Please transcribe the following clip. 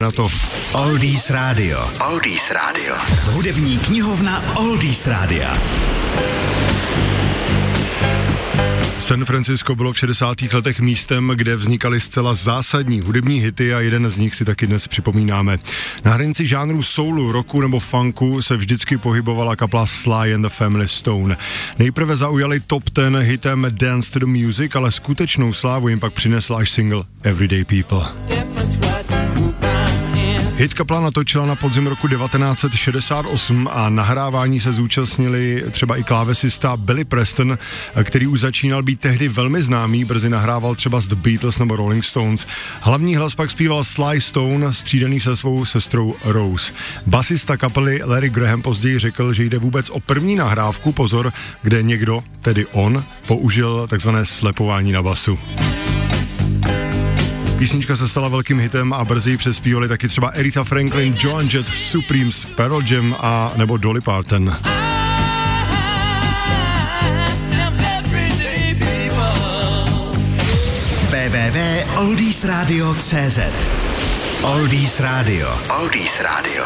na to. Oldies Radio. Oldies Radio. Hudební knihovna Oldies Rádia. San Francisco bylo v 60. letech místem, kde vznikaly zcela zásadní hudební hity a jeden z nich si taky dnes připomínáme. Na hranici žánru soulu, rocku nebo funku se vždycky pohybovala kapela Sly and the Family Stone. Nejprve zaujali top 10 hitem Dance to the Music, ale skutečnou slávu jim pak přinesl až single Everyday People. Hit kapela natočila na podzim roku 1968 a nahrávání se zúčastnili třeba i klávesista Billy Preston, který už začínal být tehdy velmi známý, brzy nahrával třeba z The Beatles nebo Rolling Stones. Hlavní hlas pak zpíval Sly Stone, střídaný se svou sestrou Rose. Basista kapely Larry Graham později řekl, že jde vůbec o první nahrávku, pozor, kde někdo, tedy on, použil takzvané slepování na basu. Písnička se stala velkým hitem a brzy ji přespívali taky třeba Aretha Franklin, Joan Jett, Supremes, Pearl Jam a nebo Dolly Parton. www.oldiesradio.cz Oldies Radio. Oldies Radio.